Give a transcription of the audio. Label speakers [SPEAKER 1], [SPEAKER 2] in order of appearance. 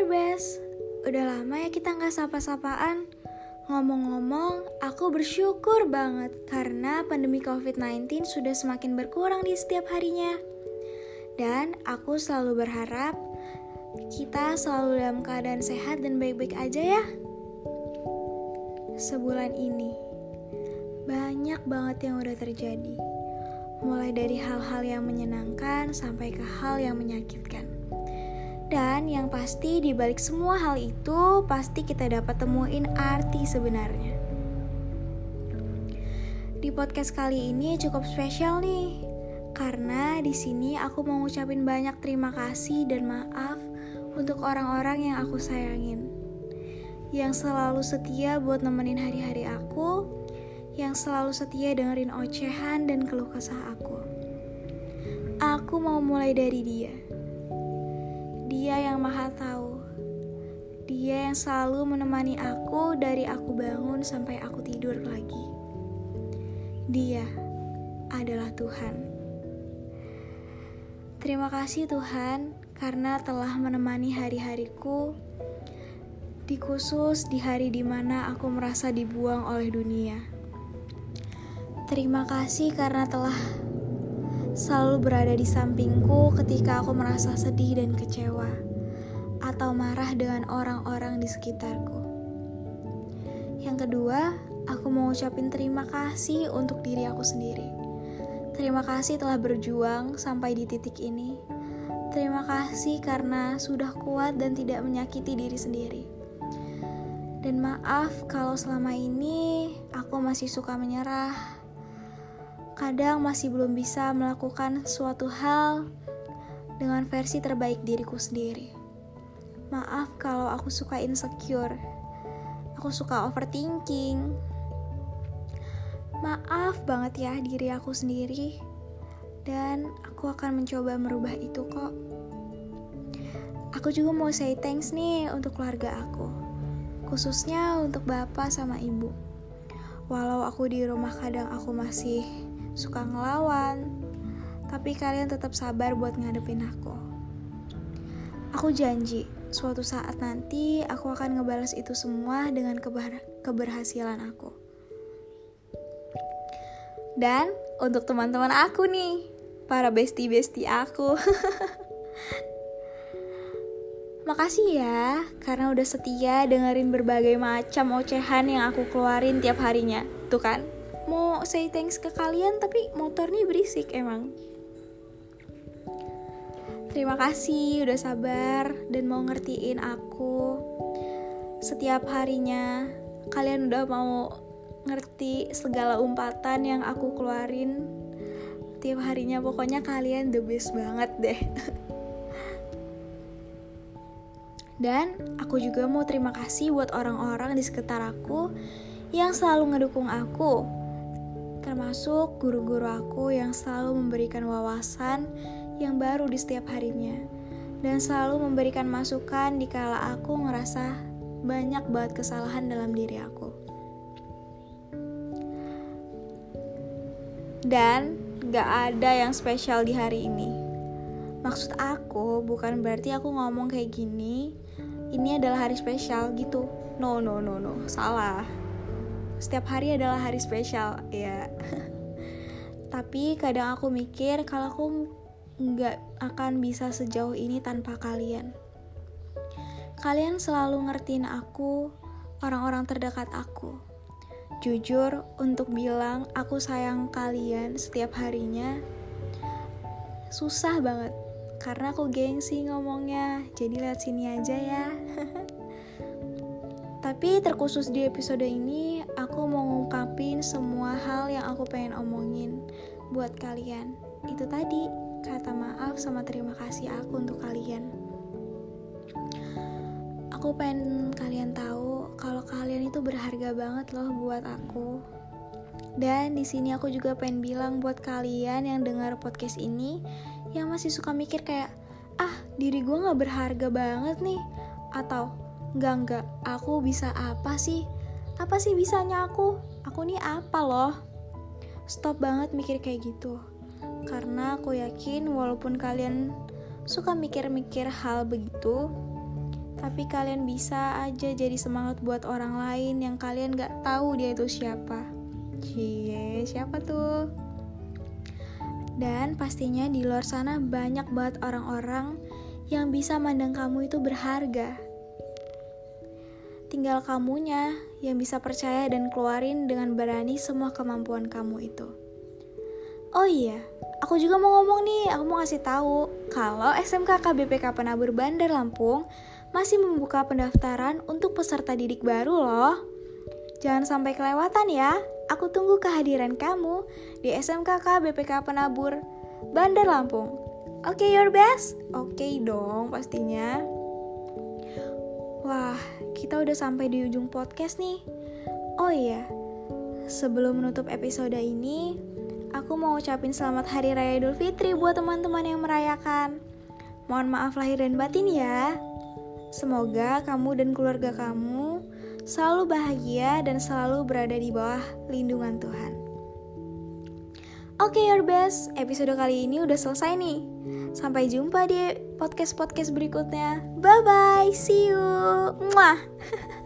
[SPEAKER 1] Bes, udah lama ya kita gak sapa-sapaan. Ngomong-ngomong, aku bersyukur banget karena pandemi COVID-19 sudah semakin berkurang di setiap harinya. Dan aku selalu berharap kita selalu dalam keadaan sehat dan baik-baik aja ya. Sebulan ini, banyak banget yang udah terjadi. Mulai dari hal-hal yang menyenangkan sampai ke hal yang menyakitkan. Dan yang pasti di balik semua hal itu pasti kita dapat temuin arti sebenarnya. Di podcast kali ini cukup spesial nih, karena di sini aku mau ngucapin banyak terima kasih dan maaf untuk orang-orang yang aku sayangin, yang selalu setia buat nemenin hari-hari aku, yang selalu setia dengerin ocehan dan keluh kesah aku. Aku mau mulai dari dia. Dia yang maha tahu. Dia yang selalu menemani aku dari aku bangun sampai aku tidur lagi. Dia adalah Tuhan. Terima kasih Tuhan karena telah menemani hari-hariku, di khusus di hari dimana aku merasa dibuang oleh dunia. Terima kasih karena telah selalu berada di sampingku ketika aku merasa sedih dan kecewa atau marah dengan orang-orang di sekitarku. Yang kedua, aku mau ucapin terima kasih untuk diri aku sendiri. Terima kasih telah berjuang sampai di titik ini. Terima kasih karena sudah kuat dan tidak menyakiti diri sendiri. Dan maaf kalau selama ini aku masih suka menyerah. Kadang masih belum bisa melakukan suatu hal dengan versi terbaik diriku sendiri. Maaf kalau aku suka insecure. Aku suka overthinking. Maaf banget ya diri aku sendiri. Dan aku akan mencoba merubah itu kok. Aku juga mau say thanks nih untuk keluarga aku. Khususnya untuk bapak sama ibu. Walau aku di rumah kadang aku masih suka ngelawan, tapi kalian tetap sabar buat ngadepin aku. Aku janji, suatu saat nanti aku akan ngebalas itu semua dengan keberhasilan aku. Dan untuk teman-teman aku nih, para bestie-bestie aku. Makasih ya, karena udah setia dengerin berbagai macam ocehan yang aku keluarin tiap harinya. Tuh kan? Mau say thanks ke kalian tapi motor nih berisik emang. Terima kasih udah sabar dan mau ngertiin aku. Setiap harinya kalian udah mau ngerti segala umpatan yang aku keluarin. Tiap harinya pokoknya kalian the best banget deh. Dan aku juga mau terima kasih buat orang-orang di sekitar aku yang selalu ngedukung aku. Termasuk guru-guru aku yang selalu memberikan wawasan yang baru di setiap harinya. Dan selalu memberikan masukan dikala aku ngerasa banyak banget kesalahan dalam diri aku. Dan gak ada yang spesial di hari ini. Maksud aku bukan berarti aku ngomong kayak gini, ini adalah hari spesial gitu. No, salah. Setiap hari adalah hari spesial, ya. Tapi kadang aku mikir kalau aku gak akan bisa sejauh ini tanpa kalian. Kalian selalu ngertiin aku, orang-orang terdekat aku. Jujur, untuk bilang aku sayang kalian setiap harinya, susah banget. Karena aku gengsi ngomongnya, jadi lihat sini aja ya. Tapi terkhusus di episode ini, aku mau ngungkapin semua hal yang aku pengen omongin buat kalian. Itu tadi, kata maaf sama terima kasih aku untuk kalian. Aku pengen kalian tahu kalau kalian itu berharga banget loh buat aku. Dan di sini aku juga pengen bilang buat kalian yang dengar podcast ini, yang masih suka mikir kayak, diri gue gak berharga banget nih. Atau, Enggak, aku bisa apa sih? Apa sih bisanya aku? Aku nih apa loh? Stop banget mikir kayak gitu. Karena aku yakin walaupun kalian suka mikir-mikir hal begitu, tapi kalian bisa aja jadi semangat buat orang lain yang kalian gak tahu dia itu siapa. Cie, siapa tuh? Dan pastinya di luar sana banyak banget orang-orang yang bisa mandang kamu itu berharga. Tinggal kamunya yang bisa percaya dan keluarin dengan berani semua kemampuan kamu itu. Oh iya, aku juga mau ngomong nih, aku mau ngasih tahu kalau SMK KBPK Penabur Bandar Lampung masih membuka pendaftaran untuk peserta didik baru loh. Jangan sampai kelewatan ya. Aku tunggu kehadiran kamu di SMK KBPK Penabur Bandar Lampung. Oke, your best? Oke dong, pastinya. Wah, kita udah sampai di ujung podcast nih. Oh iya, sebelum menutup episode ini, aku mau ucapin selamat Hari Raya Idul Fitri buat teman-teman yang merayakan. Mohon maaf lahir dan batin ya. Semoga kamu dan keluarga kamu selalu bahagia dan selalu berada di bawah lindungan Tuhan. Oke, your best, episode kali ini udah selesai nih. Sampai jumpa di podcast-podcast berikutnya. Bye-bye, see you. Mwah.